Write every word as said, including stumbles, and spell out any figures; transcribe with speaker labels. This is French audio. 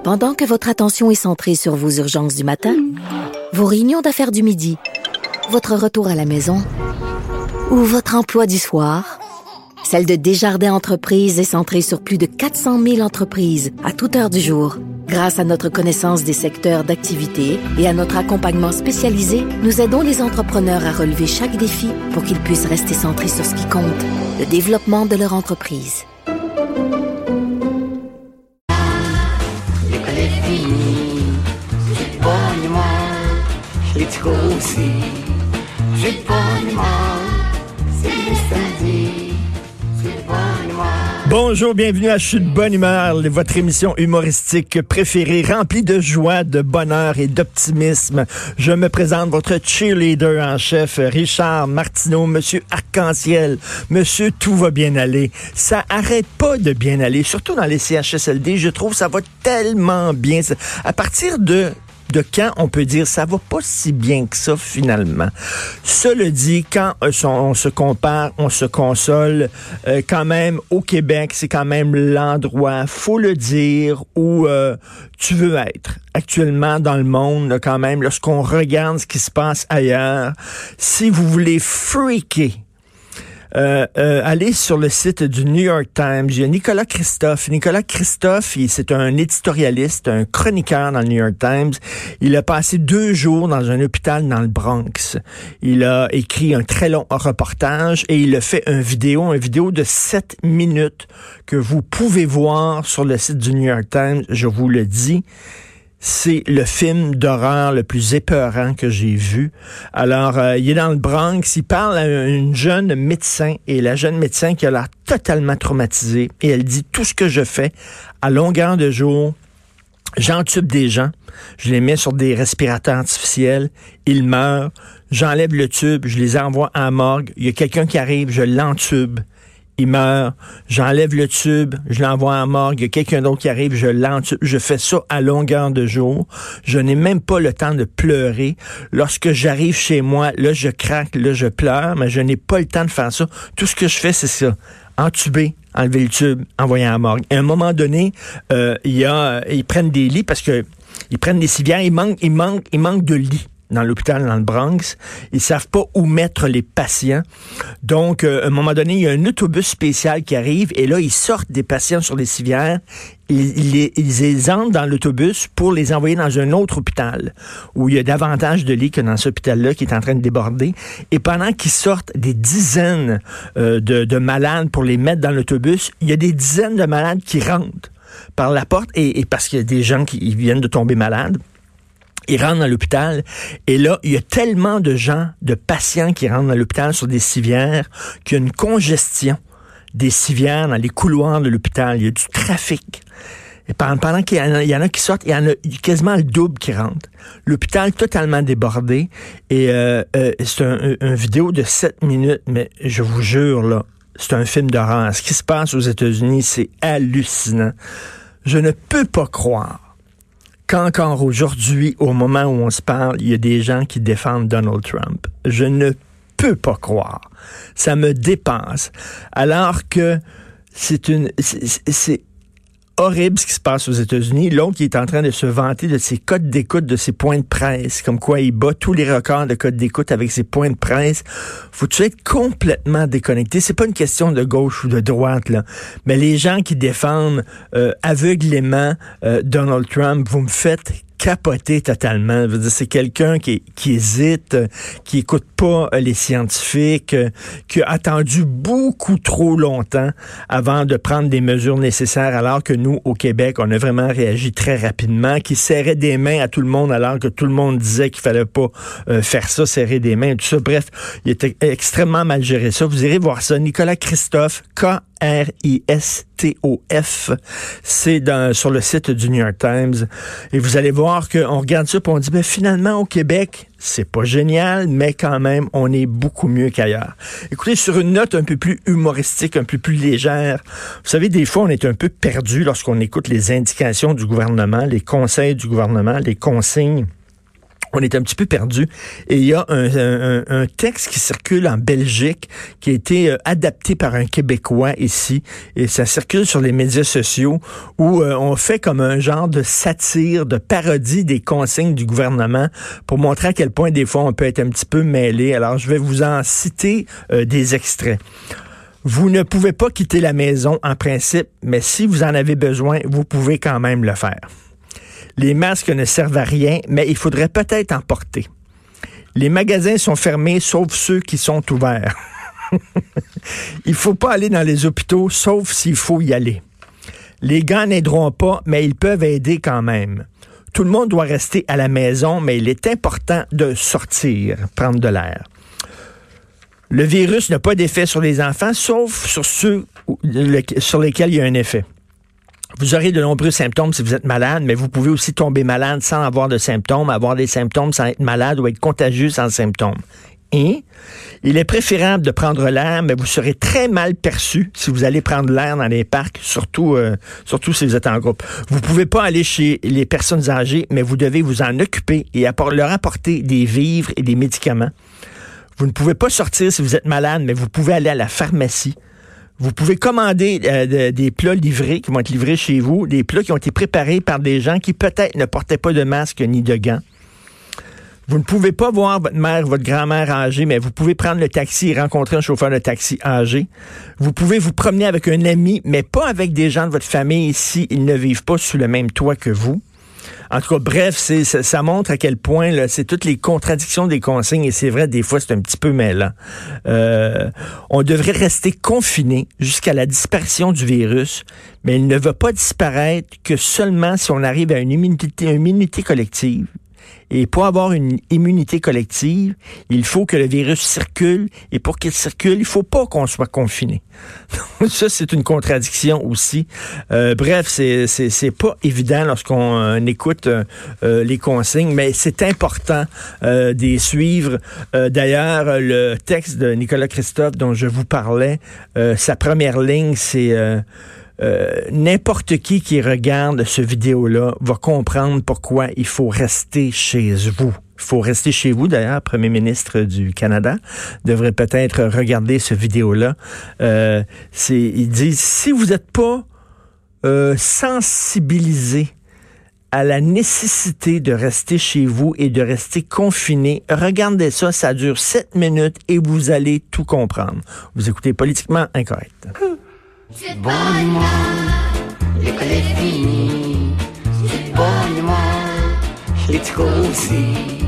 Speaker 1: Pendant que votre attention est centrée sur vos urgences du matin, vos réunions d'affaires du midi, votre retour à la maison ou votre emploi du soir, celle de Desjardins Entreprises est centrée sur plus de quatre cent mille entreprises à toute heure du jour. Grâce à notre connaissance des secteurs d'activité et à notre accompagnement spécialisé, nous aidons les entrepreneurs à relever chaque défi pour qu'ils puissent rester centrés sur ce qui compte, le développement de leur entreprise.
Speaker 2: L'école est finie, j'ai pas l'humeur, j'ai trop aussi, j'ai pas l'humeur, c'est le samedi.
Speaker 3: Bonjour, bienvenue à Je suis de bonne humeur, votre émission humoristique préférée, remplie de joie, de bonheur et d'optimisme. Je me présente votre cheerleader en chef, Richard Martineau, Monsieur Arc-en-Ciel, Monsieur Tout va bien aller. Ça arrête pas de bien aller, surtout dans les C H S L D. Je trouve que ça va tellement bien. À partir de De quand on peut dire ça va pas si bien que ça finalement. Cela dit, quand euh, on se compare, on se console, euh, quand même au Québec, c'est quand même l'endroit, faut le dire, où euh, tu veux être. Actuellement dans le monde, là, quand même, lorsqu'on regarde ce qui se passe ailleurs, si vous voulez freaker, Euh, euh, allez sur le site du New York Times. Il y a Nicolas Christophe. Nicolas Christophe, il, c'est un éditorialiste, un chroniqueur dans le New York Times. Il a passé deux jours dans un hôpital dans le Bronx. Il a écrit un très long reportage et il a fait une vidéo, une vidéo de sept minutes que vous pouvez voir sur le site du New York Times. Je vous le dis. C'est le film d'horreur le plus épeurant que j'ai vu. Alors, euh, il est dans le Bronx, il parle à une jeune médecin, et la jeune médecin qui a l'air totalement traumatisée, et elle dit, tout ce que je fais à longueur de jour, j'entube des gens, je les mets sur des respirateurs artificiels, ils meurent, j'enlève le tube, je les envoie à la morgue, il y a quelqu'un qui arrive, je l'entube, il meurt, j'enlève le tube, je l'envoie en morgue, il y a quelqu'un d'autre qui arrive, je l'entube, je fais ça à longueur de jour. Je n'ai même pas le temps de pleurer. Lorsque j'arrive chez moi, là, je craque, là, je pleure, mais je n'ai pas le temps de faire ça. Tout ce que je fais, c'est ça. Entuber, enlever le tube, envoyer en morgue. Et à un moment donné, euh, il y a, ils prennent des lits parce que ils prennent des civières, il manque, il manque, il manque de lits dans l'hôpital, dans le Bronx. Ils savent pas où mettre les patients. Donc, euh, à un moment donné, il y a un autobus spécial qui arrive et là, ils sortent des patients sur les civières. Ils, ils, ils les entrent dans l'autobus pour les envoyer dans un autre hôpital où il y a davantage de lits que dans cet hôpital-là qui est en train de déborder. Et pendant qu'ils sortent des dizaines euh, de, de malades pour les mettre dans l'autobus, il y a des dizaines de malades qui rentrent par la porte et, et parce qu'il y a des gens qui ils viennent de tomber malades. Ils rentrent dans l'hôpital et là, il y a tellement de gens, de patients qui rentrent dans l'hôpital sur des civières qu'il y a une congestion des civières dans les couloirs de l'hôpital. Il y a du trafic. Et pendant, pendant qu'il y en a, il y en a qui sortent, il y en a quasiment le double qui rentrent. L'hôpital totalement débordé. Et euh, euh, c'est un, un, un vidéo de sept minutes, mais je vous jure, là, c'est un film d'horreur. Ce qui se passe aux États-Unis, c'est hallucinant. Je ne peux pas croire qu'encore aujourd'hui, au moment où on se parle, il y a des gens qui défendent Donald Trump. Je ne peux pas croire. Ça me dépasse. Alors que c'est une... C'est, c'est horrible ce qui se passe aux États-Unis. L'autre qui est en train de se vanter de ses codes d'écoute, de ses points de presse, comme quoi il bat tous les records de codes d'écoute avec ses points de presse. Faut-tu être complètement déconnecté? C'est pas une question de gauche ou de droite, là. Mais les gens qui défendent euh, aveuglément euh, Donald Trump, vous me faites capoté totalement. Je veux dire, c'est quelqu'un qui, qui hésite, euh, qui écoute pas euh, les scientifiques, euh, qui a attendu beaucoup trop longtemps avant de prendre des mesures nécessaires, alors que nous, au Québec, on a vraiment réagi très rapidement, qui serrait des mains à tout le monde alors que tout le monde disait qu'il fallait pas euh, faire ça, serrer des mains, tout ça. Bref, il était extrêmement mal géré ça. Vous irez voir ça. Nicolas Christophe, K R I S T O F. C'est dans, sur le site du New York Times. Et vous allez voir qu'on regarde ça et on dit, ben finalement, au Québec, c'est pas génial, mais quand même, on est beaucoup mieux qu'ailleurs. Écoutez, sur une note un peu plus humoristique, un peu plus légère, vous savez, des fois, on est un peu perdu lorsqu'on écoute les indications du gouvernement, les conseils du gouvernement, les consignes. on est un petit peu perdu. Et il y a un, un, un texte qui circule en Belgique qui a été euh, adapté par un Québécois ici. Et ça circule sur les médias sociaux où euh, on fait comme un genre de satire, de parodie des consignes du gouvernement pour montrer à quel point des fois on peut être un petit peu mêlé. Alors je vais vous en citer euh, des extraits. Vous ne pouvez pas quitter la maison en principe, mais si vous en avez besoin, vous pouvez quand même le faire. Les masques ne servent à rien, mais il faudrait peut-être en porter. Les magasins sont fermés, sauf ceux qui sont ouverts. Il ne faut pas aller dans les hôpitaux, sauf s'il faut y aller. Les gants n'aideront pas, mais ils peuvent aider quand même. Tout le monde doit rester à la maison, mais il est important de sortir, prendre de l'air. Le virus n'a pas d'effet sur les enfants, sauf sur ceux sur lesquels il y a un effet. Vous aurez de nombreux symptômes si vous êtes malade, mais vous pouvez aussi tomber malade sans avoir de symptômes, avoir des symptômes sans être malade ou être contagieux sans symptômes. Et il est préférable de prendre l'air, mais vous serez très mal perçu si vous allez prendre l'air dans les parcs, surtout, euh, surtout si vous êtes en groupe. Vous pouvez pas aller chez les personnes âgées, mais vous devez vous en occuper et apport- leur apporter des vivres et des médicaments. Vous ne pouvez pas sortir si vous êtes malade, mais vous pouvez aller à la pharmacie. Vous pouvez commander euh, de, des plats livrés qui vont être livrés chez vous, des plats qui ont été préparés par des gens qui peut-être ne portaient pas de masque ni de gants. Vous ne pouvez pas voir votre mère, votre grand-mère âgée, mais vous pouvez prendre le taxi et rencontrer un chauffeur de taxi âgé. Vous pouvez vous promener avec un ami, mais pas avec des gens de votre famille si ils ne vivent pas sous le même toit que vous. En tout cas, bref, c'est, ça, ça montre à quel point là, c'est toutes les contradictions des consignes et c'est vrai, des fois, c'est un petit peu mêlant. Euh, on devrait rester confiné jusqu'à la disparition du virus, mais il ne va pas disparaître que seulement si on arrive à une immunité, une immunité collective. Et pour avoir une immunité collective, il faut que le virus circule. Et pour qu'il circule, il faut pas qu'on soit confiné. Ça, c'est une contradiction aussi. Euh, bref, c'est, c'est, c'est pas évident lorsqu'on euh, écoute euh, euh, les consignes, mais c'est important euh, d'y suivre. Euh, d'ailleurs, le texte de Nicolas Christophe dont je vous parlais, euh, sa première ligne, c'est... Euh, Euh, n'importe qui qui regarde ce vidéo-là va comprendre pourquoi il faut rester chez vous. Il faut rester chez vous. D'ailleurs, Premier ministre du Canada devrait peut-être regarder ce vidéo-là. Euh, c'est, il dit, si vous n'êtes pas euh, sensibilisé à la nécessité de rester chez vous et de rester confiné, regardez ça, ça dure sept minutes et vous allez tout comprendre. Vous écoutez Politiquement Incorrect.
Speaker 2: C'est bon humeur, l'école est finie. C'est bon humeur, les trous aussi.